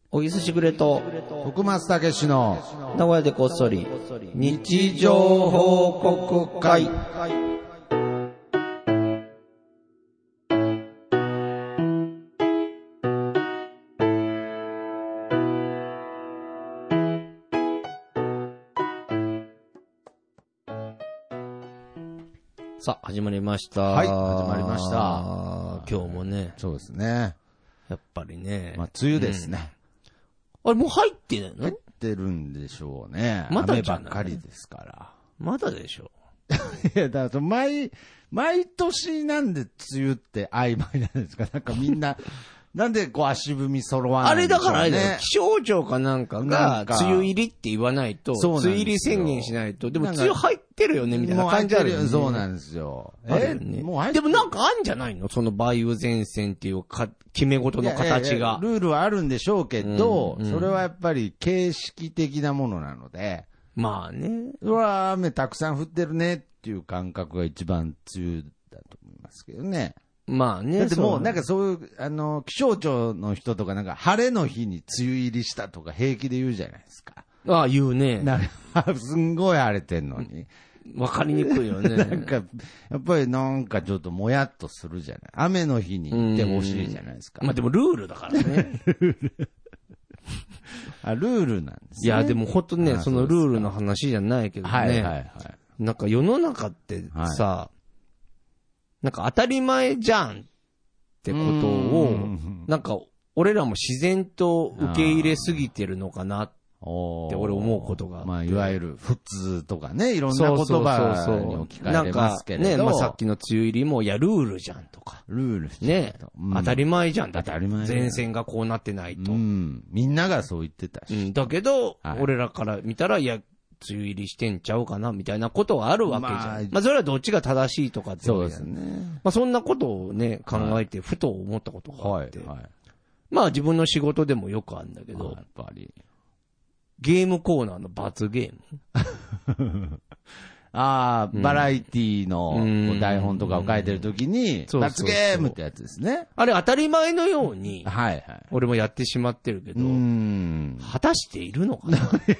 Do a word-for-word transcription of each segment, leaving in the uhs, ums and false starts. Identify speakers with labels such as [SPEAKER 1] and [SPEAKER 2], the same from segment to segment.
[SPEAKER 1] おぎすしぐれと
[SPEAKER 2] 徳松たけしの
[SPEAKER 1] 名古屋でこっそり日常報告会。さあ始まりました。
[SPEAKER 2] はい、始まりました。
[SPEAKER 1] 今日もね、
[SPEAKER 2] そうですね。
[SPEAKER 1] やっぱりね、
[SPEAKER 2] まあ梅雨ですね。
[SPEAKER 1] うん、あれもう入ってないの？
[SPEAKER 2] 入ってるんでしょうね。
[SPEAKER 1] まだ
[SPEAKER 2] 雨ばっかりですから。
[SPEAKER 1] まだでしょ。
[SPEAKER 2] いやだから毎毎年なんで梅雨って曖昧なんですか。なんかみんななんでこう足踏み揃わないんでしょうね。
[SPEAKER 1] あれだからあれだよ、気象庁かなんかが梅雨入りって言わないと、梅雨入り宣言しないと、でも梅雨入ってるよねみたいな感じあるよね。
[SPEAKER 2] そうなんですよ。
[SPEAKER 1] え、ね、もう入ってる。でもなんかあんじゃないの？その梅雨前線っていうか決め事の形が。いやいやいや、
[SPEAKER 2] ルールはあるんでしょうけど、うんうん、それはやっぱり形式的なものなので。
[SPEAKER 1] まあね。
[SPEAKER 2] うわ、雨たくさん降ってるねっていう感覚が一番梅雨だと思いますけどね。
[SPEAKER 1] まあね。
[SPEAKER 2] だってもうなんかそういう、あの、気象庁の人とかなんか晴れの日に梅雨入りしたとか平気で言うじゃないですか。
[SPEAKER 1] ああ、言うね。
[SPEAKER 2] なんかすんごい晴れてんのに。
[SPEAKER 1] わかりにくいよね。
[SPEAKER 2] なんか、やっぱりなんかちょっともやっとするじゃない。雨の日に行ってほしいじゃないですか。
[SPEAKER 1] まあでもルールだからね。
[SPEAKER 2] あ、ルールなんですね。
[SPEAKER 1] いや、でも本当ね、そのルールの話じゃないけどね。はいはいはい。なんか世の中ってさ、はい、なんか当たり前じゃんってことを、なんか俺らも自然と受け入れすぎてるのかなって俺思うことがあって。
[SPEAKER 2] まあいわゆる普通とかね、いろんな言葉に置き換えれますけれど。
[SPEAKER 1] なんかね、まあさっきの梅雨入りも、いやルールじゃんとか。
[SPEAKER 2] ルール
[SPEAKER 1] ね、うん、当たり前じゃんだって。
[SPEAKER 2] 当たり前。
[SPEAKER 1] 前線がこうなってないと。
[SPEAKER 2] うん、みんながそう言ってたし。
[SPEAKER 1] うん、だけど、はい、俺らから見たら、いや、梅雨入りしてんちゃうかなみたいなことはあるわけじゃん。まあ、まあ、それはどっちが正しいとかって
[SPEAKER 2] そうですね。
[SPEAKER 1] まあそんなことをね、考えて、ふと思ったことがあって。はいはい、まあ自分の仕事でもよくあるんだけど、
[SPEAKER 2] やっぱり。
[SPEAKER 1] ゲームコーナーの罰ゲーム
[SPEAKER 2] ああ、うん、バラエティの台本とかを書いてるときに、罰ゲームってやつですね。
[SPEAKER 1] あれ当たり前のように、
[SPEAKER 2] はいはい。
[SPEAKER 1] 俺もやってしまってるけど、うん果たしているのかな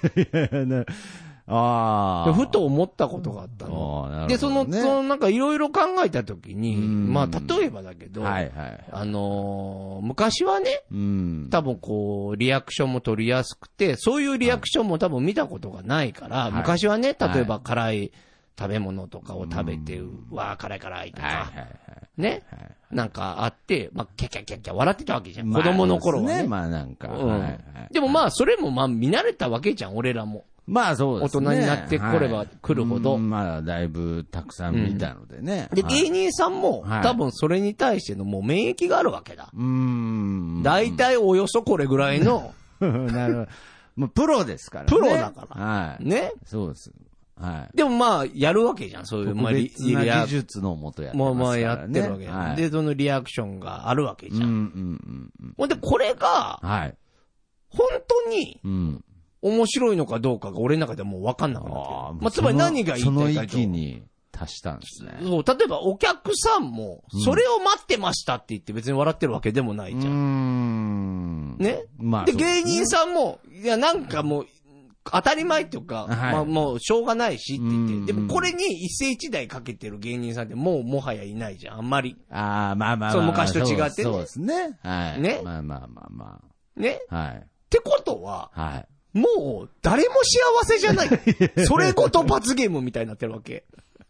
[SPEAKER 1] ああ。ふと思ったことがあったの。ね、で、その、そのなんかいろいろ考えたときに、まあ例えばだけど、はいはい、あのー、昔はね、多分こう、リアクションも取りやすくて、そういうリアクションも多分見たことがないから、はい、昔はね、例えば辛い食べ物とかを食べて、うわー辛い辛いとか、はいはいはい、ね、はい、なんかあって、まあ、キャキャキャキャ笑ってたわけじゃん。子供の頃はね。
[SPEAKER 2] まあなんか、
[SPEAKER 1] うんはいはい。でもまあ、それもまあ見慣れたわけじゃん、俺らも。
[SPEAKER 2] まあそうですね。
[SPEAKER 1] 大人になってこれば来るほど。はい、
[SPEAKER 2] まあだいぶたくさん見たのでね。
[SPEAKER 1] うん、で、芸人さんも、はい、多分それに対してのもう免疫があるわけだ。うーん。大体およそこれぐらいの。
[SPEAKER 2] なるほど。もうプロですからね。
[SPEAKER 1] プロだから。
[SPEAKER 2] はい。
[SPEAKER 1] ね。
[SPEAKER 2] そうです。はい。
[SPEAKER 1] でもまあ、やるわけじゃん、そういう。
[SPEAKER 2] 特別な技術のもとやってますからね。
[SPEAKER 1] もうまあやってるわけじゃん、はい。で、そのリアクションがあるわけじゃん。うんうんうん。ほんで、これが、はい。本当に、うん。面白いのかどうかが俺の中ではもう分かんなくなってる。まあ、つまり何が言いたいかと。
[SPEAKER 2] その域に達したんですね。
[SPEAKER 1] そう、例えばお客さんも、それを待ってましたって言って別に笑ってるわけでもないじゃん。うーんね。まあ、で、芸人さんも、いや、なんかもう、当たり前っていうか、はい、まあもうしょうがないしって言って、でもこれに一世一代かけてる芸人さんってもうもはやいないじゃん、あんまり。
[SPEAKER 2] ああ、まあまあまあ。
[SPEAKER 1] そう、昔と違ってね。
[SPEAKER 2] そうですね。はい。ね。まあまあまあま
[SPEAKER 1] あ。ね。はい。ってことは、はい。もう、誰も幸せじゃない。それごと罰ゲームみたいになってるわけ。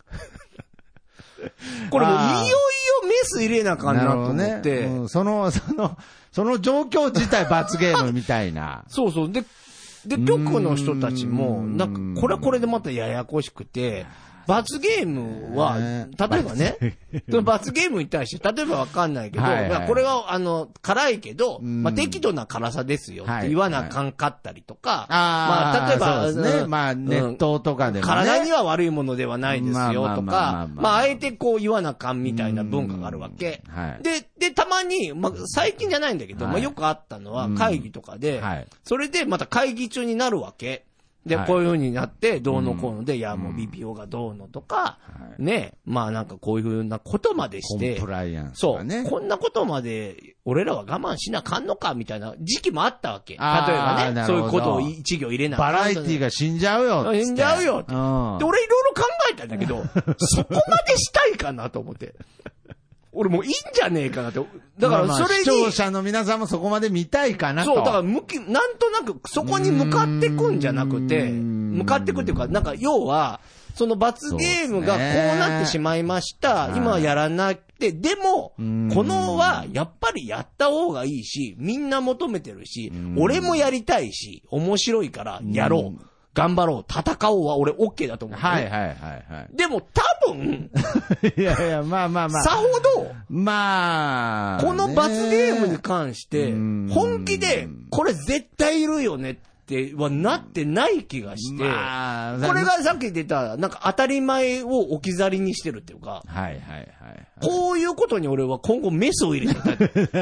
[SPEAKER 1] これもういよいよメス入れなあかんなと思って。ねうん、
[SPEAKER 2] その、その、その状況自体罰ゲームみたいな。
[SPEAKER 1] そうそう。で、で、局の人たちも、なんか、これはこれでまたややこしくて、罰ゲームは、例えばね、その罰ゲームに対して、例えばわかんないけど、はいはい、これは、あの、辛いけど、まあ、適度な辛さですよって言わなあかんかったりとか、はいはい、まあ、例えば、
[SPEAKER 2] そうですね、まあ、熱湯とかでも、ね、
[SPEAKER 1] 体には悪いものではないですよとか、まあ、あえてこう言わなあかんみたいな文化があるわけ。はい、で、で、たまに、まあ、最近じゃないんだけど、はい、まあ、よくあったのは会議とかで、はい、それでまた会議中になるわけ。で、こういう風になって、どうのこうので、いや、もう ビーピーオー がどうのとか、ね、まあなんかこういう風なことまでして、
[SPEAKER 2] コンプライアンス
[SPEAKER 1] そう、こんなことまで俺らは我慢しなかんのかみたいな時期もあったわけ。例えばね、そういうことを一行入れな
[SPEAKER 2] バラエティが死んじゃうよ。
[SPEAKER 1] 死んじゃうよって。で、俺いろいろ考えたんだけど、そこまでしたいかなと思って。俺もういいんじゃねえかなって。だからそれに、
[SPEAKER 2] まあまあ視聴者の皆さんもそこまで見たいかなと。
[SPEAKER 1] そう、だから向き、なんとなくそこに向かってくんじゃなくて、向かってくっていうか、なんか要は、その罰ゲームがこうなってしまいました。今はやらなくて、でも、このはやっぱりやった方がいいし、みんな求めてるし、俺もやりたいし、面白いからやろう。頑張ろう。戦おうは俺 OK だと思う、ね。
[SPEAKER 2] はいはいはいはい。
[SPEAKER 1] でも多分、
[SPEAKER 2] いやいや、まあまあまあ。
[SPEAKER 1] さほど、
[SPEAKER 2] まあ、
[SPEAKER 1] この罰ゲームに関して、本気で、これ絶対いるよねってはなってない気がして、まあ、これがさっき言ったなんか当たり前を置き去りにしてるっていうか、
[SPEAKER 2] はいはいはい、はい、
[SPEAKER 1] こういうことに俺は今後メスを入れてたい。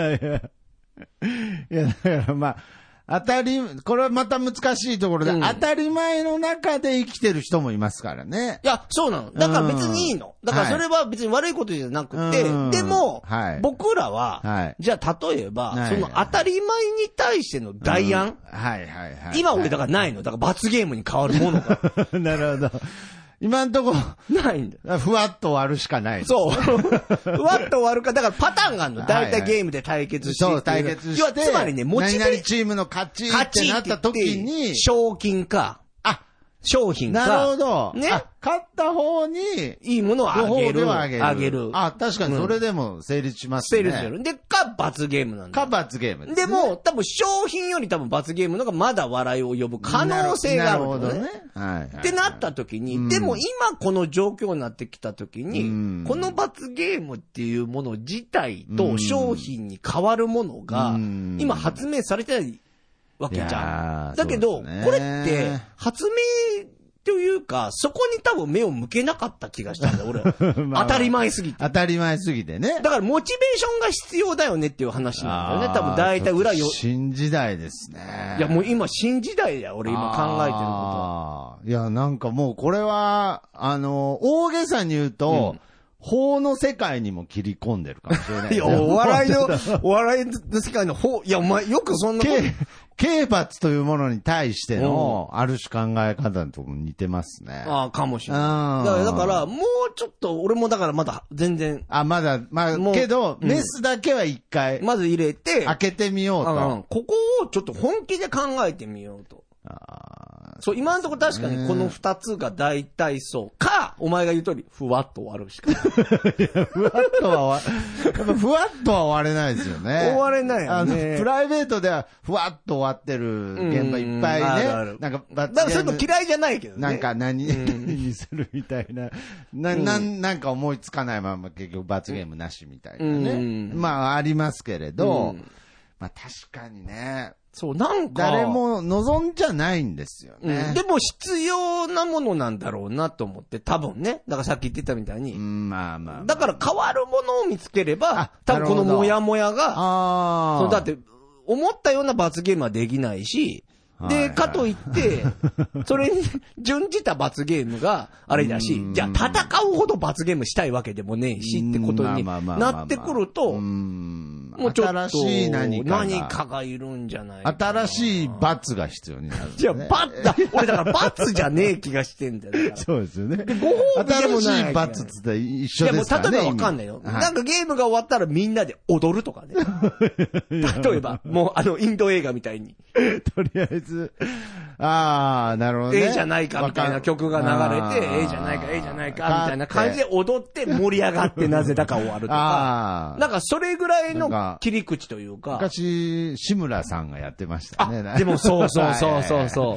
[SPEAKER 2] いやだからまあ当たり、これはまた難しいところで、うん、当たり前の中で生きてる人もいますからね。
[SPEAKER 1] いや、そうなの。だから別にいいの。だからそれは別に悪いことじゃなくて、はい、でも、はい、僕らは、はい、じゃあ例えば、はい、その当たり前に対しての代案、
[SPEAKER 2] うん、はいはいはい。
[SPEAKER 1] 今俺だからないの。だから罰ゲームに変わるものが。
[SPEAKER 2] なるほど。今んとこ、
[SPEAKER 1] ないんだ。
[SPEAKER 2] ふわっと終わるしかない。
[SPEAKER 1] そう。ふわっと終わるか、だからパターンがあるの。大体ゲームで対決して。
[SPEAKER 2] そう、対決して。
[SPEAKER 1] 要はつまりね、モチベーション。
[SPEAKER 2] 何々チームの勝ちってなった時に。
[SPEAKER 1] 賞金か。あ、商品か。
[SPEAKER 2] なるほど。
[SPEAKER 1] ね。
[SPEAKER 2] 勝った方に、
[SPEAKER 1] いいものをあげる。
[SPEAKER 2] あげる。
[SPEAKER 1] あげる。
[SPEAKER 2] あ、確かにそれでも成立しますね。
[SPEAKER 1] 成立する。で、か、罰ゲームなんだ。
[SPEAKER 2] か、罰ゲーム。
[SPEAKER 1] でも、多分商品より多分罰ゲームのがまだ笑いを呼ぶ可能性がある。なるほどね。はい。ってなった時に、でも今この状況になってきた時に、この罰ゲームっていうもの自体と商品に変わるものが、今発明されてないわけじゃん。だけど、これって、発明、というか、そこに多分目を向けなかった気がしたんだ、俺は。まあ、当たり前すぎて。
[SPEAKER 2] 当たり前すぎてね。
[SPEAKER 1] だから、モチベーションが必要だよねっていう話なんだよね。多分、大体裏よ。
[SPEAKER 2] 新時代ですね。
[SPEAKER 1] いや、もう今、新時代だよ、俺今考えてるこ
[SPEAKER 2] と。いや、なんかもう、これは、あの、大げさに言うと、うん、法の世界にも切り込んでるかもしれない。
[SPEAKER 1] いや、お笑いの、お笑いの世界の法、いや、お前、よくそんなこと。
[SPEAKER 2] 刑罰というものに対しての、ある種考え方とも似てますね。
[SPEAKER 1] ああ、かもしれない。だから、だから、もうちょっと、俺もだからまだ全然。
[SPEAKER 2] あ、まだ、まあ、けど、メスだけは一回。
[SPEAKER 1] まず入れて。
[SPEAKER 2] 開けてみようと。
[SPEAKER 1] うん、ここをちょっと本気で考えてみようと。あそう、今のところ確かにこの二つが大体そうか、お前が言う通り、ふわっと終わるしかない。
[SPEAKER 2] いや、ふわっとは終わ、やっぱふわっとは終われないですよね。
[SPEAKER 1] 終われないよね。
[SPEAKER 2] あの、プライベートではふわっと終わってる現場いっぱいね。あるあるなんか、
[SPEAKER 1] だからそういうの嫌いじゃないけどね。
[SPEAKER 2] なんか何にするみたいな。な、な、なんか思いつかないまま結局罰ゲームなしみたいなね。まあ、ありますけれど、まあ確かにね。
[SPEAKER 1] そう、なんか。
[SPEAKER 2] 誰も望んじゃないんですよね、
[SPEAKER 1] うん。でも必要なものなんだろうなと思って、多分ね。だからさっき言ってたみたいに。
[SPEAKER 2] うん、まあまあ、まあ。
[SPEAKER 1] だから変わるものを見つければ、多分このモヤモヤが、あそうだって、思ったような罰ゲームはできないし、で、かといって、それに準じた罰ゲームがあれだし、じゃあ戦うほど罰ゲームしたいわけでもねえしってことになってくると、もうちょっと、新しい何か何かがいるんじゃないか
[SPEAKER 2] 新しい罰が必要になる、ね。
[SPEAKER 1] じゃあ、罰だ。俺だから罰じゃねえ気がしてんだよ。
[SPEAKER 2] そうですよね。
[SPEAKER 1] で、ご褒美でもない。
[SPEAKER 2] 新しい罰って言ったら一緒ですからね。
[SPEAKER 1] いや、もう例えばわかんないよ。なんかゲームが終わったらみんなで踊るとかね。例えば、もうあの、インド映画みたいに。
[SPEAKER 2] とりあえず、ああ、なるほどね。
[SPEAKER 1] ええじゃないかみたいな曲が流れて、ええじゃないか、ええじゃないかみたいな感じで踊って盛り上がってなぜだか終わるとか。なんかそれぐらいの切り口というか。
[SPEAKER 2] 昔、志村さんがやってましたね。
[SPEAKER 1] でもそうそうそうそうそう。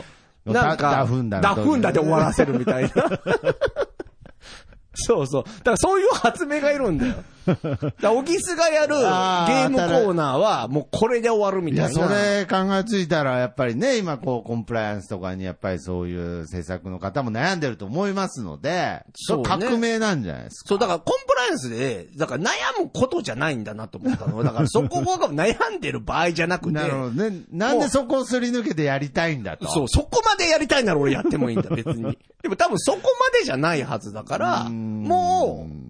[SPEAKER 1] なんか、
[SPEAKER 2] ダフンダ。
[SPEAKER 1] ダフンダで終わらせるみたいな。そうそう。だからそういう発明がいるんだよ。だからオギスがやるゲームコーナーはもうこれで終わるみたいな。
[SPEAKER 2] いや、それ考えついたらやっぱりね、今こうコンプライアンスとかにやっぱりそういう制作の方も悩んでると思いますので、そう、ね、革命なんじゃないですか。
[SPEAKER 1] そう、だからコンプライアンスで、だから悩むことじゃないんだなと思ったの。だからそこが悩んでる場合じゃなくて。
[SPEAKER 2] なるほどね。なんでそこをすり抜けてやりたいんだと。
[SPEAKER 1] そう、そこまでやりたいなら俺やってもいいんだ、別に。でも多分そこまでじゃないはずだから、もう、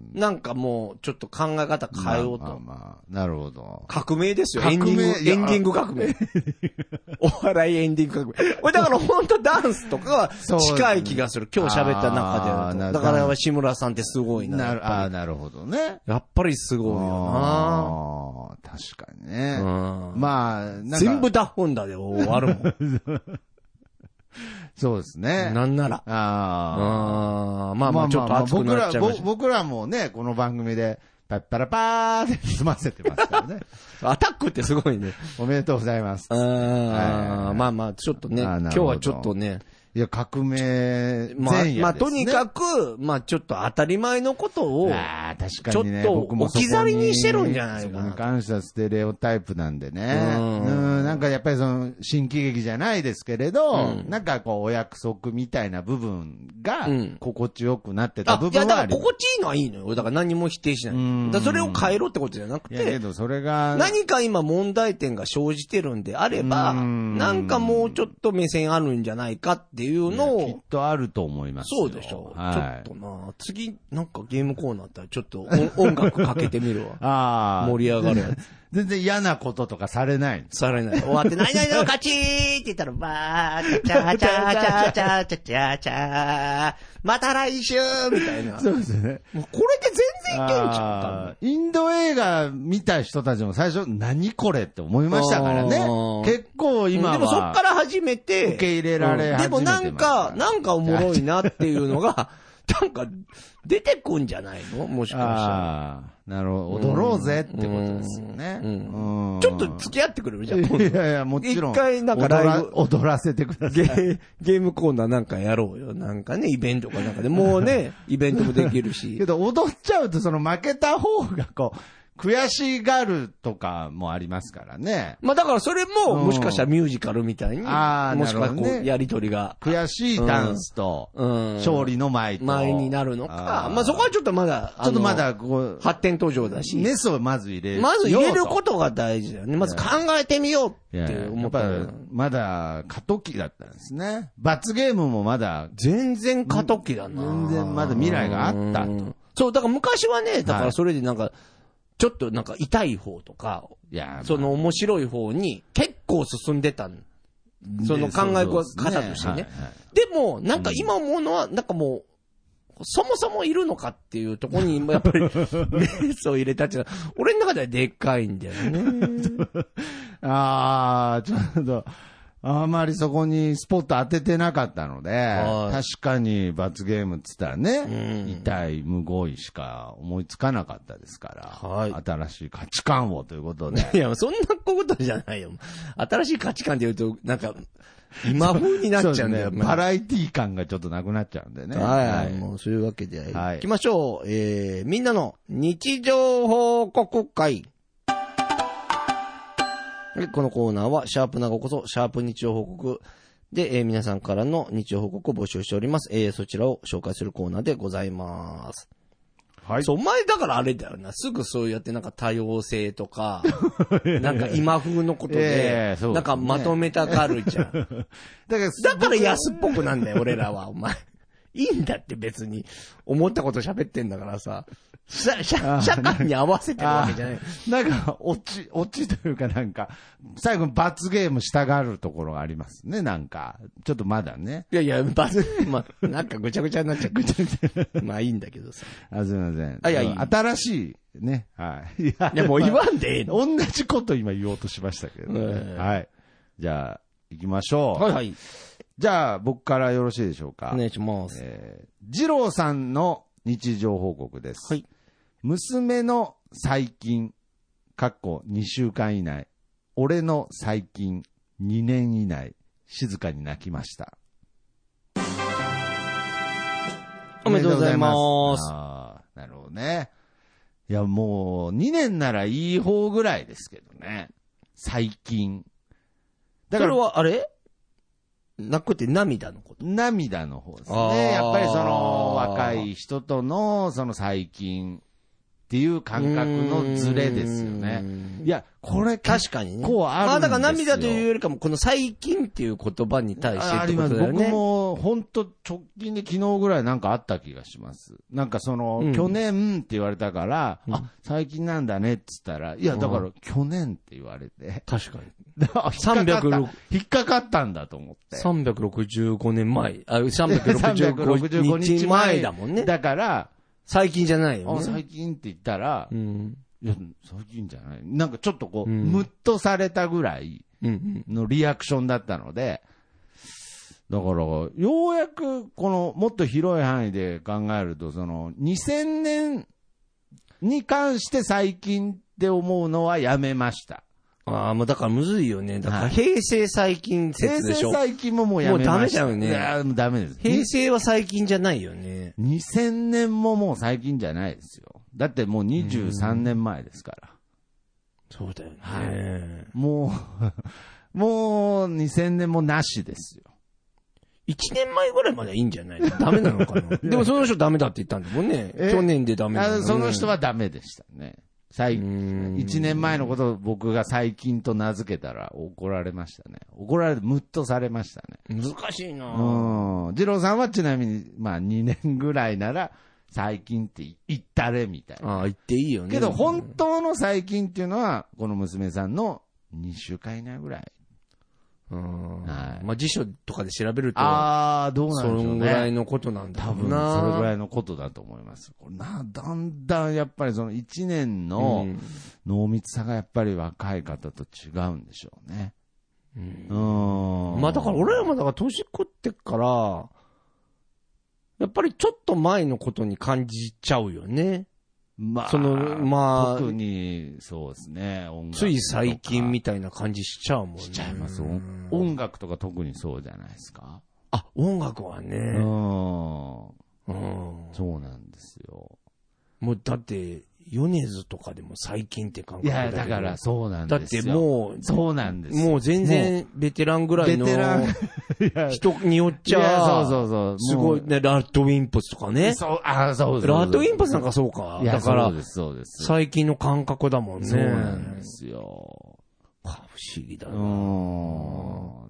[SPEAKER 1] なんかもう、ちょっっと考え方変えようと。まあまあ
[SPEAKER 2] まあ、なるほど。
[SPEAKER 1] 革命ですよ。エンディング、エンディング革命。お笑いエンディング革命。これだから本当ダンスとかは近い気がする。今日喋った中で。だから志村さんってすごいな。
[SPEAKER 2] なる、ああ、なるほどね。
[SPEAKER 1] やっぱりすごいよな。
[SPEAKER 2] 確かにね。まあ、なんか
[SPEAKER 1] 全部ダホンダで終わるもん。
[SPEAKER 2] そうですね。
[SPEAKER 1] なんなら。ああ。まあまあ、ちょっと熱くなっちゃいました。
[SPEAKER 2] 僕らもね、この番組で、パッパラパーって済ませてますからね。
[SPEAKER 1] アタックってすごいね。
[SPEAKER 2] おめでとうございます。
[SPEAKER 1] ああ、まあまあ、ちょっとね、今日はちょっとね。
[SPEAKER 2] いや、革命前夜ですね。
[SPEAKER 1] まあ、まあ、とにかく、まあ、ちょっと当たり前のことを、
[SPEAKER 2] ああ、確かにね、
[SPEAKER 1] ちょっと置き去りにしてるんじゃないかな。
[SPEAKER 2] そこに関してはステレオタイプなんでね。うん。なんかやっぱりその、新喜劇じゃないですけれど、うん、なんかこう、お約束みたいな部分が、心地よくなってた部分はあり、うん、いや、
[SPEAKER 1] だから心地いいのはいいのよ。だから何も否定しない。うん。だからそれを変えろってことじゃなくて、いやけどそれが、何か今問題点が生じてるんであれば、なんかもうちょっと目線あるんじゃないかっていうのを、
[SPEAKER 2] きっとあると思いますよ。
[SPEAKER 1] そうでしょう。はい、ちょっとな、次、なんかゲームコーナーあったらちょっと音楽かけてみるわ。ああ。盛り上がるやつ。
[SPEAKER 2] 全然嫌なこととかされない。
[SPEAKER 1] されない。終わって、何々の勝ちーって言ったら、ばー、チャーチャーチャーチャーチャーチャーチャー、また来週みたいな。
[SPEAKER 2] そうですね。
[SPEAKER 1] もうこれで全然いけんちゃった。
[SPEAKER 2] インド映画見た人たちも最初、何これって思いましたからね。結構今は。
[SPEAKER 1] でもそっから始めて、
[SPEAKER 2] 受け入れられ始めてます、
[SPEAKER 1] でもなんか、なんかおもろいなっていうのが、なんか、出てくんじゃないのもしかしたら。
[SPEAKER 2] なるほど。踊ろうぜってことですよね。
[SPEAKER 1] うんうん、ちょっと付き合ってくれるじゃん。い
[SPEAKER 2] やいや、もちろん。
[SPEAKER 1] 一回なんかライブ
[SPEAKER 2] 踊らせてください。
[SPEAKER 1] ゲ, ゲームコーナーなんかやろうよ。なんかね、イベントかなんかで。もうね、イベントもできるし。
[SPEAKER 2] けど踊っちゃうとその負けた方がこう、悔しがるとかもありますからね。
[SPEAKER 1] まあだからそれも、もしかしたらミュージカルみたいに、あもしかしたらこう、やりとりが。
[SPEAKER 2] 悔しいダンスと、勝利の前と。
[SPEAKER 1] 前になるのか。まあそこはちょっとまだ、
[SPEAKER 2] ちょっとまだこう、
[SPEAKER 1] 発展途上だし。
[SPEAKER 2] メスをまず入れる。
[SPEAKER 1] まず入れることが大事だよね。まず考えてみようって思った。
[SPEAKER 2] まだ過渡期だったんですね。罰ゲームもまだ。
[SPEAKER 1] 全然過渡期だな。
[SPEAKER 2] 全然まだ未来があったと。
[SPEAKER 1] そう、だから昔はね、だからそれでなんか、ちょっとなんか痛い方とか、いやその面白い方に結構進んでたん。その考え方としてね。でも、なんか今思うのは、なんかもう、そもそもいるのかっていうところに、やっぱり、メスを入れたっていうのは、俺の中ではでっかいんだよね。
[SPEAKER 2] ああ、ちょっと、あまりそこにスポット当ててなかったので、確かに罰ゲームって言ったらね、うん、痛い、むごいしか思いつかなかったですから、はい、新しい価値観をということで。
[SPEAKER 1] いや、そんなことじゃないよ。新しい価値観で言うと、なんか、今風になっちゃうんだよ。
[SPEAKER 2] ね、バラエティ感がちょっとなくなっちゃうんでね。
[SPEAKER 1] はい、はい、もうそういうわけで、はい、行きましょう。えー、みんなの日常報告会。このコーナーは、シャープなごこそ、シャープ日常報告で、えー、皆さんからの日常報告を募集しております。えー、そちらを紹介するコーナーでございます。はい。そう、お前だからあれだよな。すぐそうやってなんか多様性とか、なんか今風のことで、えー、なんかまとめたがるじゃん。だから、だから安っぽくなんだよ、俺らは、お前。いいんだって別に、思ったこと喋ってんだからさ。社, 社, 社会に合わせてるわけじゃない。
[SPEAKER 2] なんか、落ち、落ちというかなんか、最後に罰ゲームしたがるところがありますね、なんか。ちょっとまだね。
[SPEAKER 1] いやいや、罰、まあ、なんかぐちゃぐちゃになっちゃう。ぐちゃぐちゃ。まあいいんだけどさ。
[SPEAKER 2] あ、すいません。
[SPEAKER 1] あ、いや、いい。
[SPEAKER 2] 新しい、ね。はい。い
[SPEAKER 1] や、いやもう言わんでええの。
[SPEAKER 2] 同じこと今言おうとしましたけどね。はい。じゃあ、行きましょう。
[SPEAKER 1] はいはい。
[SPEAKER 2] じゃあ、僕からよろしいでしょうか。
[SPEAKER 1] お願いします。
[SPEAKER 2] えー、二郎さんの日常報告です。はい。娘の最近、かっこにしゅうかん以内、俺の最近、にねん以内、静かに泣きました。
[SPEAKER 1] おめでとうございます。
[SPEAKER 2] ああ、なるほどね。いや、もう、にねんならいい方ぐらいですけどね。最近。
[SPEAKER 1] だから、それはあれ泣くって涙のこと
[SPEAKER 2] 涙の方ですね。やっぱりその、若い人との、その最近っていう感覚のズレですよね。 いや、これ
[SPEAKER 1] 確かにね。
[SPEAKER 2] こうあるんですよ。
[SPEAKER 1] まあだから涙というよりかも、この最近っていう言葉に対してってことだよね。
[SPEAKER 2] 僕も本当直近で昨日ぐらいなんかあった気がします。なんかその、うん、去年って言われたから、うん、あ、最近なんだねって言ったら、いやだから去年って言われて。
[SPEAKER 1] 確かに。
[SPEAKER 2] さんびゃくろく引っかかったんだと思って。
[SPEAKER 1] さんびゃくろくじゅうごねんまえ。あ、さんびゃくろくじゅうごにちまえだもんね。
[SPEAKER 2] だから、
[SPEAKER 1] 最近じゃないよね。
[SPEAKER 2] 最近って言ったら、うん、いや、最近じゃない。なんかちょっとこう、うん、ムッとされたぐらいのリアクションだったので、だから、ようやく、この、もっと広い範囲で考えると、その、にせんねんに関して最近って思うのはやめました。
[SPEAKER 1] ああ、もうだからむずいよね。だから平成最近説でしょ。
[SPEAKER 2] 平成最近ももうやめました。
[SPEAKER 1] もうダメだよね。
[SPEAKER 2] いや、ダメです。
[SPEAKER 1] 平成は最近じゃないよね。
[SPEAKER 2] にせんねんももう最近じゃないですよ。だってもうにじゅうさんねんまえですから。
[SPEAKER 1] そうだよね。
[SPEAKER 2] はい、もう、もうにせんねんもなしですよ。
[SPEAKER 1] いちねんまえぐらいまではいいんじゃないの？ダメなのかなでもその人ダメだって言ったんだもんね。去年でダメだ、
[SPEAKER 2] ね。その人はダメでしたね。最いちねんまえのことを僕が最近と名付けたら怒られましたね。怒られてムッとされましたね。
[SPEAKER 1] 難しいな
[SPEAKER 2] ぁ。うん。二郎さんはちなみに、まあにねんぐらいなら最近って言ったれみたいな。
[SPEAKER 1] ああ、言っていいよね。
[SPEAKER 2] けど本当の最近っていうのは、この娘さんのにしゅうかん以内ぐらい。
[SPEAKER 1] うん。はい。まあ辞書とかで調べると。
[SPEAKER 2] ああ、どうなんでしょうね。
[SPEAKER 1] そのぐらいのことなんだろうな。
[SPEAKER 2] 多分それぐらいのことだと思います。これな、だんだんやっぱりそのいちねんの濃密さがやっぱり若い方と違うんでしょうね。うん。うん。
[SPEAKER 1] まあだから俺らもだから年食ってから、やっぱりちょっと前のことに感じちゃうよね。
[SPEAKER 2] まあ、
[SPEAKER 1] その、まあ、
[SPEAKER 2] 特に、そうですね、
[SPEAKER 1] 音楽つい最近みたいな感じしちゃうもんね。
[SPEAKER 2] しちゃいます。音楽とか特にそうじゃないですか。
[SPEAKER 1] あ、音楽はね。うん。
[SPEAKER 2] うん。そうなんですよ。
[SPEAKER 1] もうだって、米津とかでも最近って感覚
[SPEAKER 2] だけど。いや、だからそうなんですよ。
[SPEAKER 1] だってもう、
[SPEAKER 2] そうなんです
[SPEAKER 1] もう全然ベテランぐらいの人によっちゃ、
[SPEAKER 2] いやそうそうそう。
[SPEAKER 1] すごいね、ラッドウィンプスとかね。
[SPEAKER 2] そう、あ、そうそう。
[SPEAKER 1] ラッドウィンプスなんかそうか。だから、
[SPEAKER 2] そうです、そうです。
[SPEAKER 1] 最近の感覚だもんね。
[SPEAKER 2] そうなんですよ。
[SPEAKER 1] 不思議だな。
[SPEAKER 2] うん。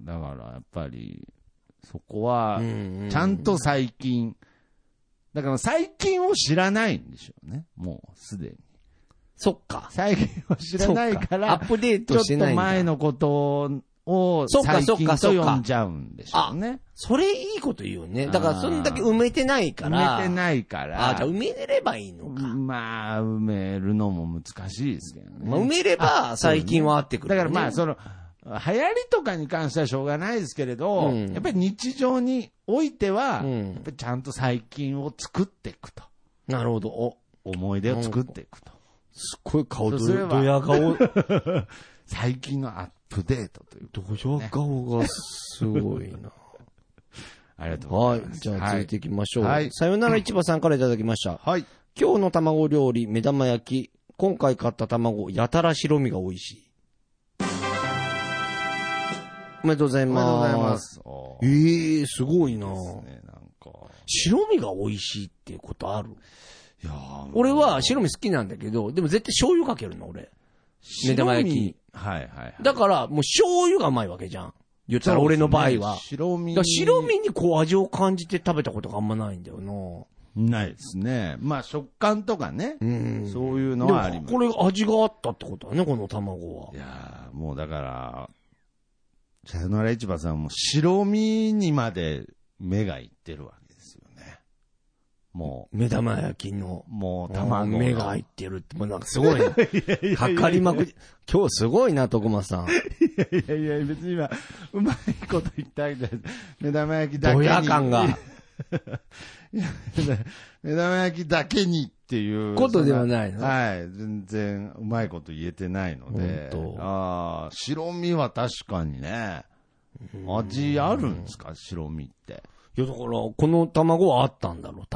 [SPEAKER 2] だからやっぱり、そこは、ちゃんと最近、だから最近を知らないんでしょうね。もうすでに。
[SPEAKER 1] そっか。
[SPEAKER 2] 最近を知らないから、
[SPEAKER 1] アップデートしてないんだ。
[SPEAKER 2] ちょっと前のことを最近と読んじゃうんでしょうね。
[SPEAKER 1] それいいこと言うよね。だからそんだけ埋めてないから。
[SPEAKER 2] 埋めてないから。
[SPEAKER 1] あ、じゃあ埋めればいいのか。
[SPEAKER 2] まあ、埋めるのも難しいですけどね。
[SPEAKER 1] まあ、埋めれば最近は合ってくる、
[SPEAKER 2] ね。だからまあ、その、流行りとかに関してはしょうがないですけれど、うん、やっぱり日常においては、うん、やっぱりちゃんと最近を作っていくと。
[SPEAKER 1] なるほど。お
[SPEAKER 2] 思い出を作っていくと。
[SPEAKER 1] すっごい顔ドヤ顔。
[SPEAKER 2] 最近のアップデートという、
[SPEAKER 1] ね。ドヤ顔がすごいな。
[SPEAKER 2] ありがとうございます。
[SPEAKER 1] はい。じゃあ続いていきましょう。
[SPEAKER 2] はい。
[SPEAKER 1] さよなら市場さんからいただきました。
[SPEAKER 2] はい。
[SPEAKER 1] 今日の卵料理、目玉焼き。今回買った卵、やたら白身が美味しい。おめでとうございます。
[SPEAKER 2] おめでとうございます。
[SPEAKER 1] ええー、すごいな。いいですね、なんか。白身が美味しいっていうことある？
[SPEAKER 2] いや
[SPEAKER 1] 俺は白身好きなんだけど、でも絶対醤油かけるの、俺。目玉焼き。
[SPEAKER 2] はいはいはい。
[SPEAKER 1] だから、もう醤油がうまいわけじゃん。言ったら俺の場合は。
[SPEAKER 2] 白身。
[SPEAKER 1] 白身にこう味を感じて食べたことがあんまないんだよな。
[SPEAKER 2] ないですね。まあ食感とかね。うん。そういうのはあります。
[SPEAKER 1] これ味があったってことだね、この卵は。
[SPEAKER 2] いやもうだから、さよなら市場さんも白身にまで目がいってるわけですよね。も
[SPEAKER 1] う。目玉焼きの。
[SPEAKER 2] もう卵。
[SPEAKER 1] 目が入ってるって、もうなんかすごいな。測りまくり。今日すごいな、徳間さん。
[SPEAKER 2] いやいやいや、別に今、うまいこと言ったわけじゃない。目玉焼きだけに。
[SPEAKER 1] ドヤ感が。
[SPEAKER 2] 目玉焼きだけにっていう。
[SPEAKER 1] ことではないの？
[SPEAKER 2] はい。全然うまいこと言えてないので。ああ、白身は確かにね。味あるんですか、白身って。
[SPEAKER 1] いや、だから、この卵はあったんだろう、多分。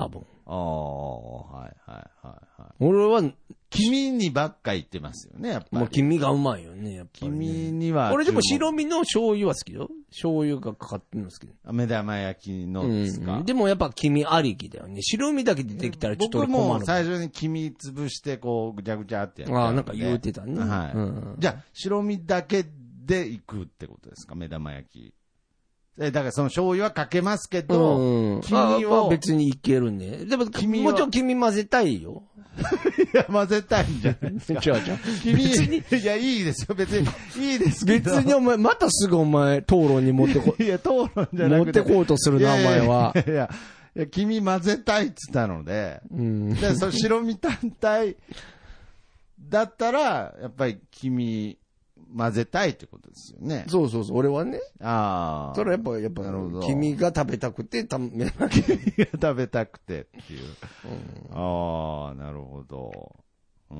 [SPEAKER 2] ああ、はいはいはいはい。
[SPEAKER 1] 俺は、
[SPEAKER 2] 黄身にばっか言ってますよね、やっぱり。
[SPEAKER 1] まあ、黄身がうまいよね、やっぱり、ね。
[SPEAKER 2] 黄身には。
[SPEAKER 1] 俺でも白身の醤油は好きよ。醤油がかかってるの好き。
[SPEAKER 2] 目玉焼きのですか、
[SPEAKER 1] うん、でもやっぱ黄身ありきだよね。白身だけ出てきたらちょっと困る。
[SPEAKER 2] 僕も最初に黄身潰してこうぐちゃぐちゃってやって。
[SPEAKER 1] ああ、なんか言うてたね。
[SPEAKER 2] はい。うん、じゃあ、白身だけでいくってことですか、目玉焼き。え、だからその醤油はかけますけど、うん、黄身を。
[SPEAKER 1] 別にいけるね。でも、もちろん黄身混ぜたいよ。
[SPEAKER 2] いや、混ぜたいんじゃないですか。
[SPEAKER 1] 違う違う。
[SPEAKER 2] 黄身、いや、いいですよ。別に、いいですけど。
[SPEAKER 1] 別にお前、またすぐお前、討論に持ってこ、
[SPEAKER 2] いや、討論じゃなくて。
[SPEAKER 1] 持ってこうとするな、お前は。
[SPEAKER 2] いやいや、いや、黄身混ぜたいっつったので、うん。で、その白身単体だったら、やっぱり黄身、混ぜたいってことですよね。
[SPEAKER 1] そうそうそう、俺はね。
[SPEAKER 2] ああ。
[SPEAKER 1] それやっぱ、やっぱ、君が食べたくて、ため、君が
[SPEAKER 2] 食べたくてっていう。うん、ああ、なるほど。うん。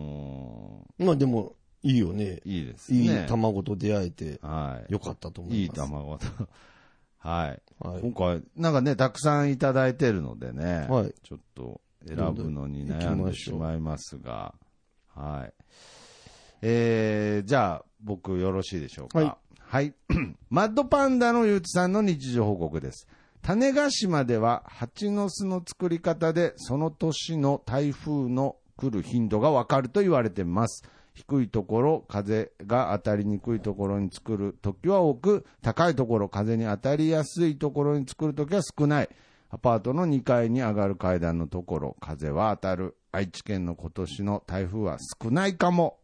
[SPEAKER 1] まあでも、いいよね。
[SPEAKER 2] いいですね。
[SPEAKER 1] いい卵と出会えて、
[SPEAKER 2] はい。
[SPEAKER 1] よかったと思います。
[SPEAKER 2] いい卵と。はい。はい、今回、なんかね、たくさんいただいてるのでね。はい。ちょっと選ぶのに悩んでしまいますが。はい。えー、じゃあ、僕よろしいでしょうか。はい。はい、マッドパンダのゆうちさんの日常報告です。種子島では蜂の巣の作り方でその年の台風の来る頻度がわかると言われています。低いところ、風が当たりにくいところに作るときは多く、高いところ、風に当たりやすいところに作るときは少ない。アパートのにかいに上がる階段のところ、風は当たる。愛知県の今年の台風は少ないかも。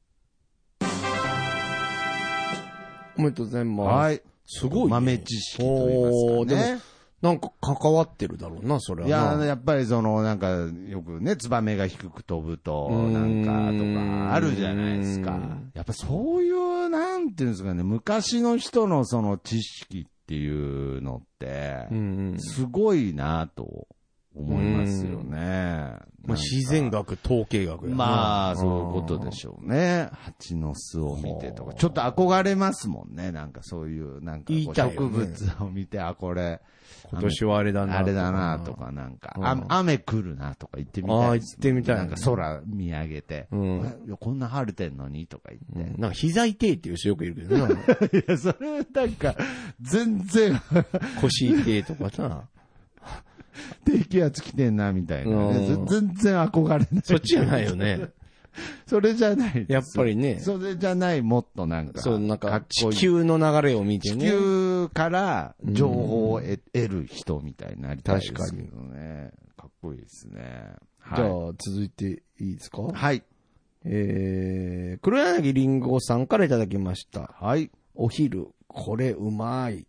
[SPEAKER 1] おめでとうございます。
[SPEAKER 2] はい。
[SPEAKER 1] すごい、ね。
[SPEAKER 2] 豆知識と言いますかね。
[SPEAKER 1] なんか関わってるだろうな、それは。
[SPEAKER 2] いや、やっぱりその、なんか、よくね、ツバメが低く飛ぶと、なんか、とか、あるじゃないですか。やっぱそういう、なんていうんですかね、昔の人のその知識っていうのって、すごいなと思いますよね。
[SPEAKER 1] まあ、自然学、統計学やな。
[SPEAKER 2] まあ、そういうことでしょうね。蜂の巣を見てとか。ちょっと憧れますもんね。なんかそういう、なんかこう植物を見て、あ、これ。
[SPEAKER 1] 今年はあれだな。
[SPEAKER 2] あれだなとか、なんか、あ雨来るなとか言ってみたい。ああ、
[SPEAKER 1] 言ってみたい。
[SPEAKER 2] なんか空見上げて。うん。いや、こんな晴れてんのにとか言って。
[SPEAKER 1] なんか、膝痛いっていう人よくいるけどな。い
[SPEAKER 2] や、それ、なんか、全然。
[SPEAKER 1] 腰痛いとかさ。
[SPEAKER 2] 低気圧来てんな、みたいな、ね。全然憧れない。
[SPEAKER 1] そっちじゃないよね。
[SPEAKER 2] それじゃない。
[SPEAKER 1] やっぱりね。
[SPEAKER 2] それじゃない、もっとなんか。
[SPEAKER 1] そう、なんか、地球の流れを見てね。
[SPEAKER 2] 地球から情報を得る人みたいになりたいですけどね。確かに。かっこいいですね。
[SPEAKER 1] じゃあ、続いていいですか？
[SPEAKER 2] はい。
[SPEAKER 1] えー、黒柳りんごさんからいただきました。
[SPEAKER 2] はい。
[SPEAKER 1] お昼、これうまい。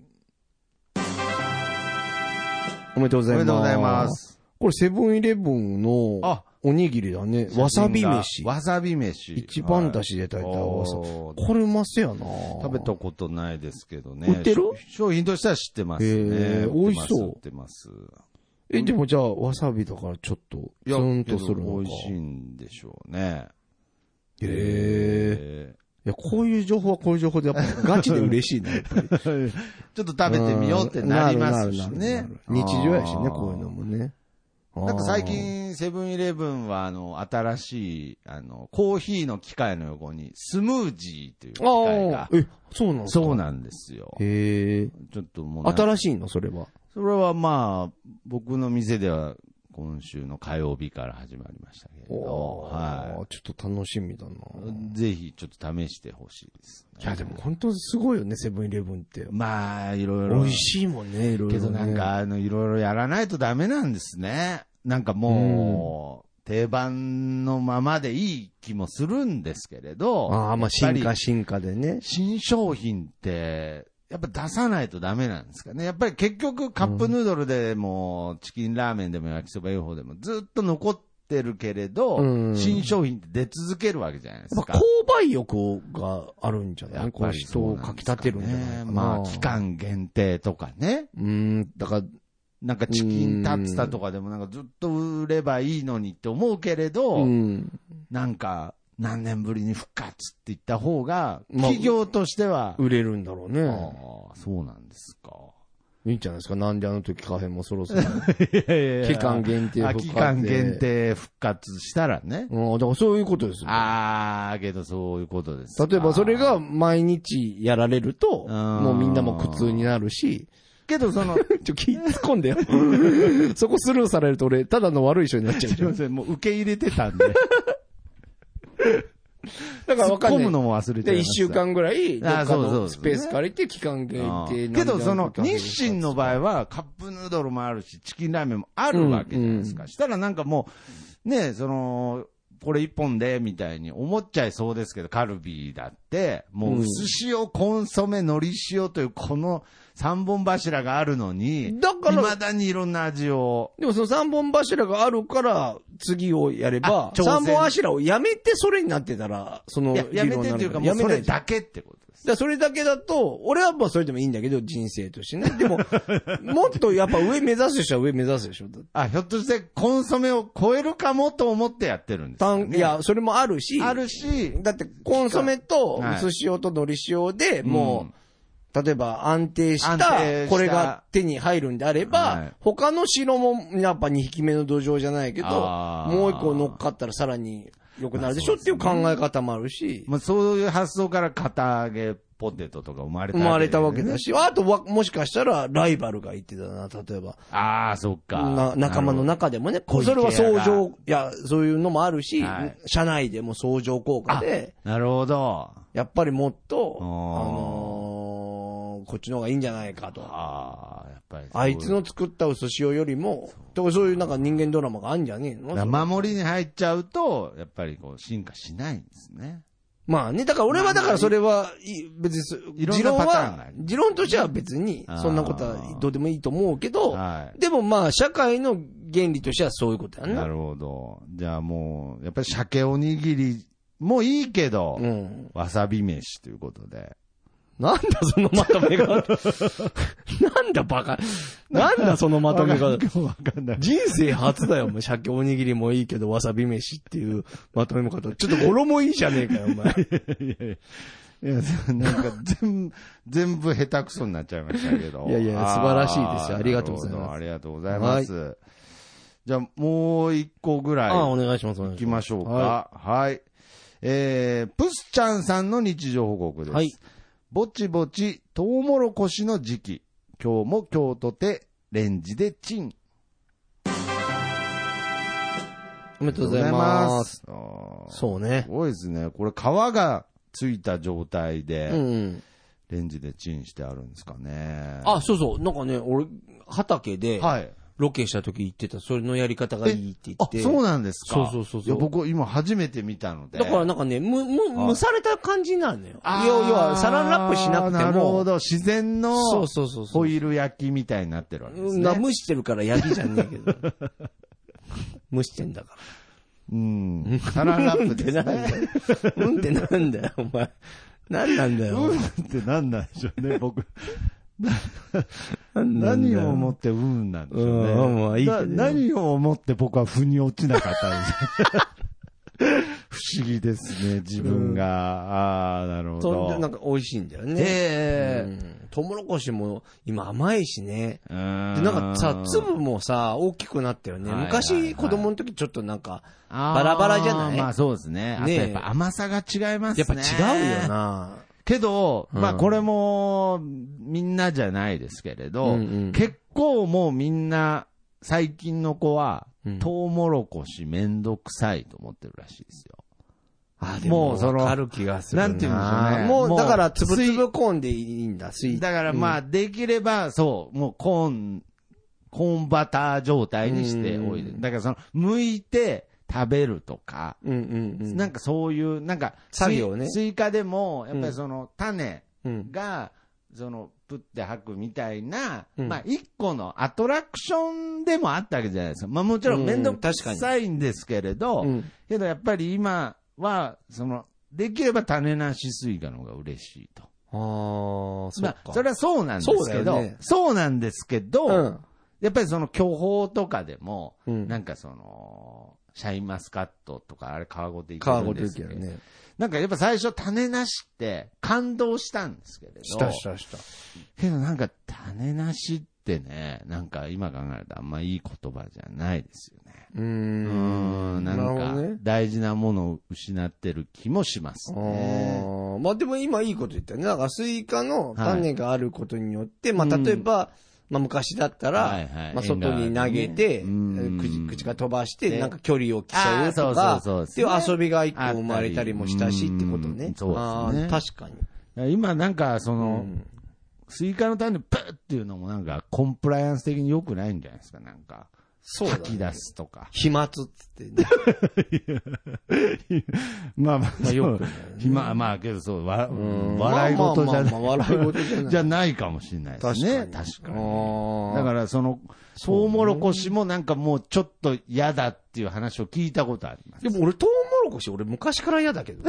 [SPEAKER 1] おめでとうございます。おめでとうございます。これセブンイレブンのおにぎりだね。わさび飯。
[SPEAKER 2] わさび飯。
[SPEAKER 1] 一番だしで炊いたわさび。これうまそうやな。
[SPEAKER 2] 食べたことないですけどね。
[SPEAKER 1] 売ってる？
[SPEAKER 2] 商品としては知ってますね。
[SPEAKER 1] えー、美味しそう。
[SPEAKER 2] 売ってます。
[SPEAKER 1] え、でもじゃあわさびだからちょっとツンとするのか。
[SPEAKER 2] 美味しいんでしょうね。
[SPEAKER 1] へえー。いや、こういう情報はこういう情報でやっぱガチで嬉しいね、やっぱり。ちょっ
[SPEAKER 2] と食べてみようってなりますしね。
[SPEAKER 1] 日常やしね、こういうのもね。
[SPEAKER 2] なんか最近、セブンイレブンは、あの、新しい、あの、コーヒーの機械の横に、スムージーという機械が。
[SPEAKER 1] え、そうなんですか？
[SPEAKER 2] そうなんですよ。
[SPEAKER 1] へえ。
[SPEAKER 2] ちょっともう。
[SPEAKER 1] 新しいのそれは。
[SPEAKER 2] それはまあ、僕の店では、今週の火曜日から始まりましたけれど、
[SPEAKER 1] はい。ちょっと楽しみだな。
[SPEAKER 2] ぜひちょっと試してほしいです、
[SPEAKER 1] ね。いやでも本当すごいよね、セブンイレブンって。
[SPEAKER 2] まあ、いろいろ。
[SPEAKER 1] 美味しいもんね、いろいろ、ね。
[SPEAKER 2] けどなんか、あの、いろいろやらないとダメなんですね。なんかもう、定番のままでいい気もするんですけれど。
[SPEAKER 1] ああ、まあ進化進化でね。
[SPEAKER 2] 新商品って、やっぱ出さないとダメなんですかね。やっぱり結局カップヌードルでも、チキンラーメンでも焼きそば ユーフォー でもずっと残ってるけれど、うん、新商品って出続けるわけじゃないですか。
[SPEAKER 1] 購買欲があるんじゃない？こう人をかき立てるんじゃないかな。
[SPEAKER 2] まあ期間限定とかね。
[SPEAKER 1] うん、だから、
[SPEAKER 2] なんかチキンタツタとかでもなんかずっと売ればいいのにって思うけれど、うん、なんか、何年ぶりに復活って言った方が、企業としては、
[SPEAKER 1] 売れるんだろうね。
[SPEAKER 2] ああ、そうなんですか。
[SPEAKER 1] いいんじゃないですか。なんであの時カフェもそろそろ。期間限定復活。
[SPEAKER 2] 期間限定復活したらね。
[SPEAKER 1] うん、だからそういうことですよ。
[SPEAKER 2] あー、けどそういうことです。
[SPEAKER 1] 例えばそれが毎日やられると、もうみんなも苦痛になるし、
[SPEAKER 2] けどその、
[SPEAKER 1] ちょ、気突っ込んでよ。そこスルーされると俺、ただの悪い人になっちゃう。
[SPEAKER 2] すいません、もう受け入れてたんで。
[SPEAKER 1] だから分かんない。
[SPEAKER 2] 突っ込むのも忘れて
[SPEAKER 1] で、一週間ぐらい、どっかのスペース借りて期間限定
[SPEAKER 2] けどその、日清の場合はカップヌードルもあるし、チキンラーメンもあるわけじゃないですか。うんうん、したらなんかもう、ね、その、これ一本で、みたいに思っちゃいそうですけど、カルビーだって、もう、薄塩、コンソメ、海苔塩という、この三本柱があるのに、だから、未だにいろんな味を。
[SPEAKER 1] でもその三本柱があるから、次をやれば、三本柱をやめてそれになってたら、その、
[SPEAKER 2] やめてっていうか、もうそれだけってことです。
[SPEAKER 1] だそれだけだと、俺はまあそれでもいいんだけど、人生としてね。でも、もっとやっぱ上目指す人は上目指すでしょ。
[SPEAKER 2] あ、ひょっとしてコンソメを超えるかもと思ってやってるんですか、ね、
[SPEAKER 1] いや、それもあるし。
[SPEAKER 2] あるし。
[SPEAKER 1] だってコンソメと薄塩と海苔塩で、もう、うん例えば安定した、これが手に入るんであれば、はい、他の白もやっぱに匹目の土壌じゃないけど、もう一個乗っかったらさらに良くなるでしょっていう考え方もあるし。
[SPEAKER 2] まあそういう発想から堅揚げポテトとか生まれた、
[SPEAKER 1] ね、生まれたわけだし、あとはもしかしたらライバルがいてたな、例えば。
[SPEAKER 2] ああ、そっか。
[SPEAKER 1] な仲間の中でもね、それは相乗、いや、そういうのもあるし、はい、社内でも相乗効果で。
[SPEAKER 2] なるほど。
[SPEAKER 1] やっぱりもっと、あのー、こっちの方がいいんじゃないかと。
[SPEAKER 2] ああ、やっぱり。
[SPEAKER 1] あいつの作った薄塩よりも、そういうなんか人間ドラマがあるんじゃねえの？
[SPEAKER 2] 守りに入っちゃうと、やっぱりこう進化しないんですね。
[SPEAKER 1] まあね、だから俺はだからそれは、別に、持論は、持論としては別に、そんなことはどうでもいいと思うけど、はい、でもまあ、社会の原理としてはそういうことやね。
[SPEAKER 2] なるほど。じゃあもう、やっぱり鮭おにぎりもいいけど、うん、わさび飯ということで。
[SPEAKER 1] なんだそのまとめが。なんだバカ。なんだそのまとめが。人生初だよ、お前。鮭おにぎりもいいけど、わさび飯っていうまとめ方。ちょっと語呂もいいじゃねえかよ、お前。
[SPEAKER 2] いや、なんか全部、全部下手くそになっちゃいましたけど。
[SPEAKER 1] いやいや、素晴らしいですよ。ありがとうございます。
[SPEAKER 2] ありがとうございます。はい、じゃあ、もう一個ぐらい。あ
[SPEAKER 1] あ、お願いします。
[SPEAKER 2] 行きましょうか。はい。はい、えー、プスちゃんさんの日常報告です。はい。ぼちぼち、トウモロコシの時期。今日も京都でレンジでチン。
[SPEAKER 1] おめでとうございます。そうね。
[SPEAKER 2] すごいですね。これ皮がついた状態で、うん、レンジでチンしてあるんですかね。
[SPEAKER 1] あ、そうそう。なんかね、俺、畑で、はい。ロケした時言ってた、それのやり方がいいって言って。
[SPEAKER 2] あ、そうなんですか。
[SPEAKER 1] そうそうそうそう。いや、
[SPEAKER 2] 僕今初めて見たので。
[SPEAKER 1] だからなんかね、む、む、蒸された感じになるのよ。要は、サランラップしなくても。
[SPEAKER 2] なるほど。自然の、
[SPEAKER 1] そうそうそう。
[SPEAKER 2] ホイル焼きみたいになってるわけですね。
[SPEAKER 1] 蒸してるから焼きじゃねえけど。蒸してんだから。
[SPEAKER 2] うん。サランラップですね。
[SPEAKER 1] うんってなんだよ、お前。なんなんだよ。
[SPEAKER 2] うんってなんなんでしょうね、僕。何を思ってうんなんでしょうね。うん、まあいいけど何を思って僕は腑に落ちなかったんです不思議ですね、自分が。うん、ああ、なるほど。
[SPEAKER 1] そんでなんか美味しいんだよね。
[SPEAKER 2] ええー。
[SPEAKER 1] うん、トウモロコシも今甘いしね。で、なんかさ、粒もさ、大きくなったよね。はいはいはい、昔子供の時ちょっとなんか、バラバラじゃない？
[SPEAKER 2] まあそうですね。あとやっぱ甘さが違いますね。
[SPEAKER 1] やっぱ違うよな。
[SPEAKER 2] けど、まあこれもみんなじゃないですけれど、うんうん、結構もうみんな最近の子は、うん、トウモロコシめんどくさいと思ってるらしいですよ。
[SPEAKER 1] あ、でも、もうその、わかる気がするな。
[SPEAKER 2] なんていうんでしょうね。
[SPEAKER 1] もう、だから、つぶつぶコーンでいいんだ、スイーツ。
[SPEAKER 2] だからまあ、できれば、そう、もうコーン、コーンバター状態にしておいて。だからその、剥いて、食べるとか、うんうんうん、なんかそういう、なんか、
[SPEAKER 1] 作業ね。
[SPEAKER 2] スイカでも、やっぱりその、種が、うん、その、プって吐くみたいな、うん、まあ、一個のアトラクションでもあったわけじゃないですか。まあ、もちろん面倒くさいんですけれど、うんうん、けどやっぱり今は、その、できれば種なしスイカの方が嬉しいと。
[SPEAKER 1] ああ、そうか。
[SPEAKER 2] まあ、それはそうなんですけど、そう、ね、そうなんですけど、うん、やっぱりその巨峰とかでも、うん、なんかその、シャインマスカットとか、あれ皮ごといけるんですけど、ね、なんかやっぱ最初種なしって感動したんですけれど。
[SPEAKER 1] したしたした。
[SPEAKER 2] けどなんか種なしっってね、なんか今考えるとあんまいい言葉じゃないですよね。
[SPEAKER 1] うーん。
[SPEAKER 2] うん、なんか大事なものを失ってる気もしますね。
[SPEAKER 1] あまあでも今いいこと言ったね。なんかスイカの種があることによって、はい、まあ例えば、うんまあ昔だったら、はいはい、まあ外に投げて、ね、口, 口が飛ばして、なんか距離を競うとか、っていう遊びが一個生まれたりもしたしってことね。そうですね。確か
[SPEAKER 2] に。今なんかその、うん、スイカの種でプーっていうのもなんかコンプライアンス的に良くないんじゃないですか、なんか。そうだね、吐き出すとか。
[SPEAKER 1] 飛沫っつってね。
[SPEAKER 2] まあまあ、まあよくね、まあまあけどそう、わ笑い事じゃない。まあまあまあ、笑い事じゃない。じゃないかもしれないですね。確かに。確かに。だからその、トウモロコシもなんかもうちょっと嫌だっていう話を聞いたことあります。
[SPEAKER 1] でも俺トウモロコシ俺昔から嫌だけど。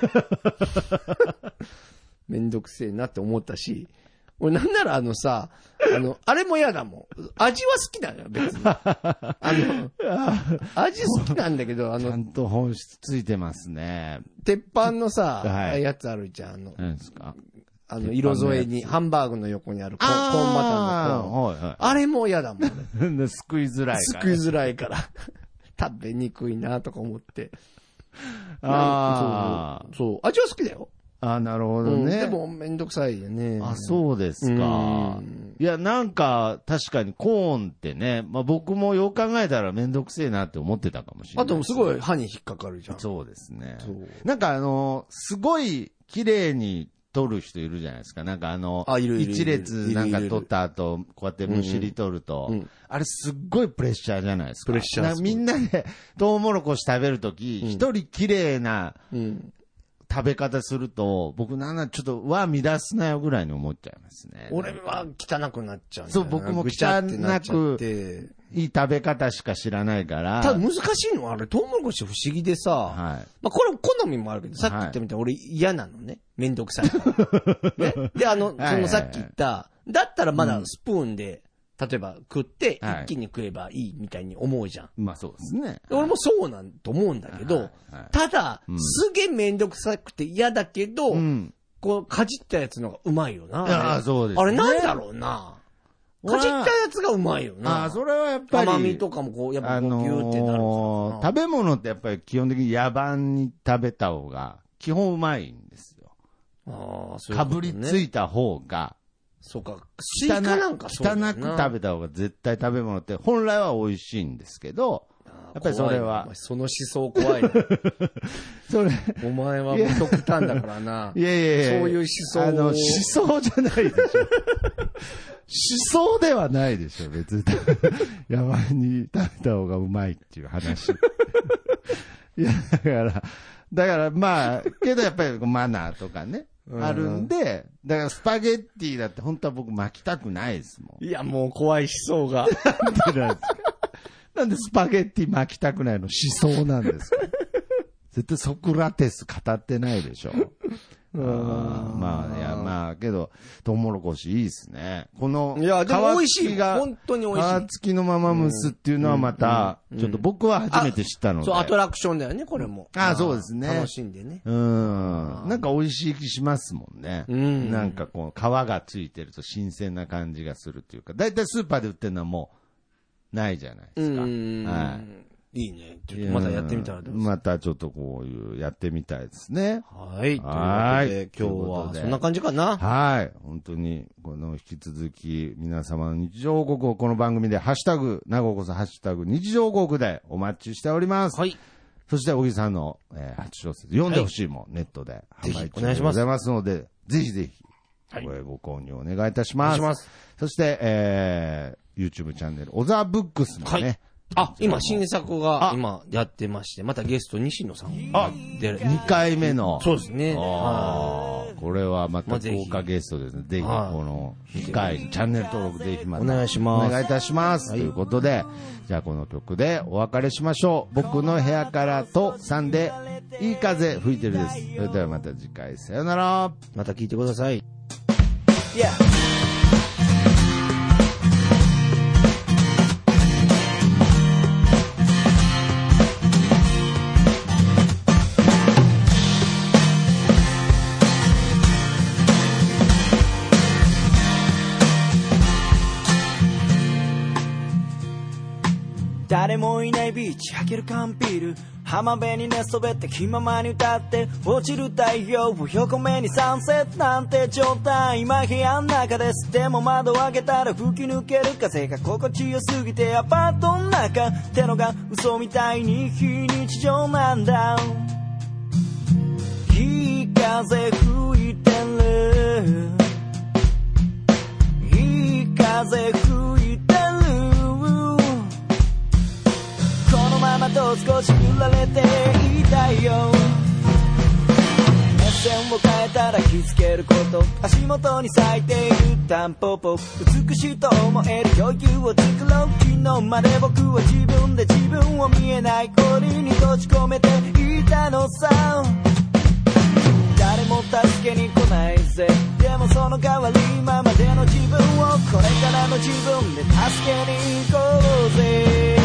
[SPEAKER 1] めんどくせえなって思ったし。俺なんならあのさ、あの、あれも嫌だもん。味は好きだよ、別に。あの、味好きなんだけど、あの、
[SPEAKER 2] ちゃんと本質ついてますね。
[SPEAKER 1] 鉄板のさ、はい、やつあるじゃん、あの、
[SPEAKER 2] 何ですか？
[SPEAKER 1] あの、色添えに、ハンバーグの横にあるコーンバターのコーン。はいはい、あれも嫌だもん、
[SPEAKER 2] ね。すくいづらいから。
[SPEAKER 1] すくいづらいから。食べにくいなとか思って。
[SPEAKER 2] ああ。
[SPEAKER 1] そう、そう。味は好きだよ。
[SPEAKER 2] ああ、なるほどね、うん。
[SPEAKER 1] でもめんどくさいよね。
[SPEAKER 2] あ、そうですか。いや、なんか、確かにコーンってね、まあ僕もよく考えたらめんどくせえなって思ってたかもしれない。
[SPEAKER 1] あとすごい歯に引っかかるじゃん。
[SPEAKER 2] そうですね。なんかあの、すごい綺麗に取る人いるじゃないですか。なんかあの、あいるいるいる一列なんか取った後、こうやってむしり取ると、うんうん、あれすっごいプレッシャーじゃないですか。
[SPEAKER 1] プレッシャー。
[SPEAKER 2] みんなでトウモロコシ食べるとき、一、うん、人綺麗な、うん食べ方すると、僕なんならちょっと和乱すなよぐらいに思っちゃいますね。
[SPEAKER 1] 俺は汚くなっちゃう、ね。
[SPEAKER 2] そう、僕も汚く、いい食べ方しか知らないから。
[SPEAKER 1] ただ難しいのはあれ、トウモロコシ不思議でさ、はい、まあこれ好みもあるけど、さっき言ったみたいに俺嫌なのね。めんどくさいから。ね、で、あの、そのさっき言った、だったらまだスプーンで、例えば食って一気に食えばいいみたいに思うじゃん。はい、
[SPEAKER 2] まあそうですね。
[SPEAKER 1] 俺もそうなんと思うんだけど、はいはい、ただ、うん、すげえめんどくさくて嫌だけど、うん、こうかじったやつのがうまいよな。
[SPEAKER 2] ああ、そうですね。
[SPEAKER 1] あれなんだろうな。かじったやつがうまいよな。
[SPEAKER 2] ああ、それはやっぱり。
[SPEAKER 1] 甘みとかもこう、やっぱこうギューってなる、あの
[SPEAKER 2] ー、食べ物ってやっぱり基本的に野蛮に食べた方が基本うまいんですよ。ああ、そういうことね。かぶりついた方が。
[SPEAKER 1] そうか。スイカなんかそうだな。
[SPEAKER 2] 汚く食べた方が絶対食べ物って本来は美味しいんですけど、やっぱりそれは。
[SPEAKER 1] その思想怖いな。それ。お前は極端だからな。
[SPEAKER 2] いやいやいや。
[SPEAKER 1] そういう思想。
[SPEAKER 2] あの、思想じゃないでしょ。思想ではないでしょ、別に。山に食べた方がうまいっていう話。いや、だから、だからまあ、けどやっぱりマナーとかね。あるんで、だからスパゲッティだって本当は僕巻きたくないですもん。
[SPEAKER 1] いやもう怖い思想が。
[SPEAKER 2] なんでなんですか。なんでスパゲッティ巻きたくないの思想なんですか。絶対ソクラテス語ってないでしょ。あまあ、いや、まあ、けど、トウモロコシいいですね。この、
[SPEAKER 1] いや、でも美味しい。本当に美味しい。
[SPEAKER 2] 皮付きのまま蒸すっていうのはまた、ちょっと僕は初めて知ったので。
[SPEAKER 1] そう、アトラクションだよね、これも。
[SPEAKER 2] ああ、そうですね。
[SPEAKER 1] 楽しんでね。
[SPEAKER 2] うん。なんか美味しい気しますもんね。うん。なんかこう、皮がついてると新鮮な感じがするっていうか、だいたいスーパーで売ってるのはもう、ないじゃないですか。うん。はい。
[SPEAKER 1] いいね。ちょっとまたやってみたらどうですか。
[SPEAKER 2] またちょっとこういう、やってみたいですね。
[SPEAKER 1] はい。はい。ということで、今日はそんな感じかな。
[SPEAKER 2] はい。本当に、この引き続き、皆様の日常報告をこの番組で、ハッシュタグ、なごこそハッシュタグ、日常報告でお待ちしております。はい。そして、小木さんの、えー、初小説、読んでほしいも、ネットで販売中でございますので、ぜひぜひ、ご購入お願いいたします。お願いします。そして、えー、YouTube チャンネル、小沢ブックスのね、
[SPEAKER 1] あ、今、新作が今やってまして、またゲスト西野さんが
[SPEAKER 2] 出る。にかいめの。
[SPEAKER 1] そうですね。
[SPEAKER 2] ああ、これはまた豪華ゲストですね。ぜひ、この機会にチャンネル登録ぜひまた。
[SPEAKER 1] お願いします。
[SPEAKER 2] お願いいたします。ということで、じゃあこの曲でお別れしましょう。僕の部屋からとさんで、いい風吹いてるです。それではまた次回、さよなら。
[SPEAKER 1] また聞いてください。
[SPEAKER 2] Yeah.
[SPEAKER 3] 誰もいないビーチ開ける缶ビール浜辺に寝そべって気ままに歌って落ちる太陽を横目にサンセットなんて状態今部屋の中ですでも窓を開けたら吹き抜ける風が心地よすぎてアパートの中ってのが嘘みたいに非日常なんだいい風吹いてるいい風吹いてるこのままと少し振られていたいよ目線を変えたら気づけること足元に咲いているタンポポ美しいと思える余裕を作ろう昨日まで僕は自分で自分を見えない檻に閉じ込めていたのさ誰も助けに来ないぜでもその代わり今までの自分をこれからの自分で助けに行こうぜ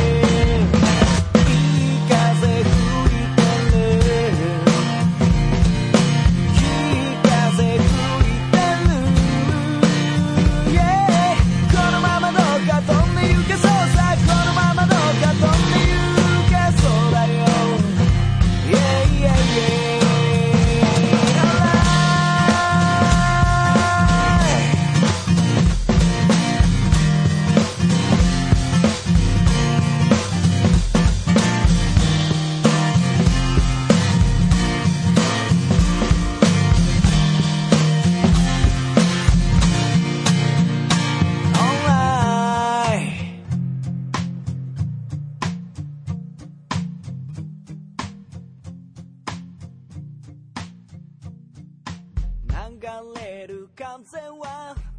[SPEAKER 3] 流れる風は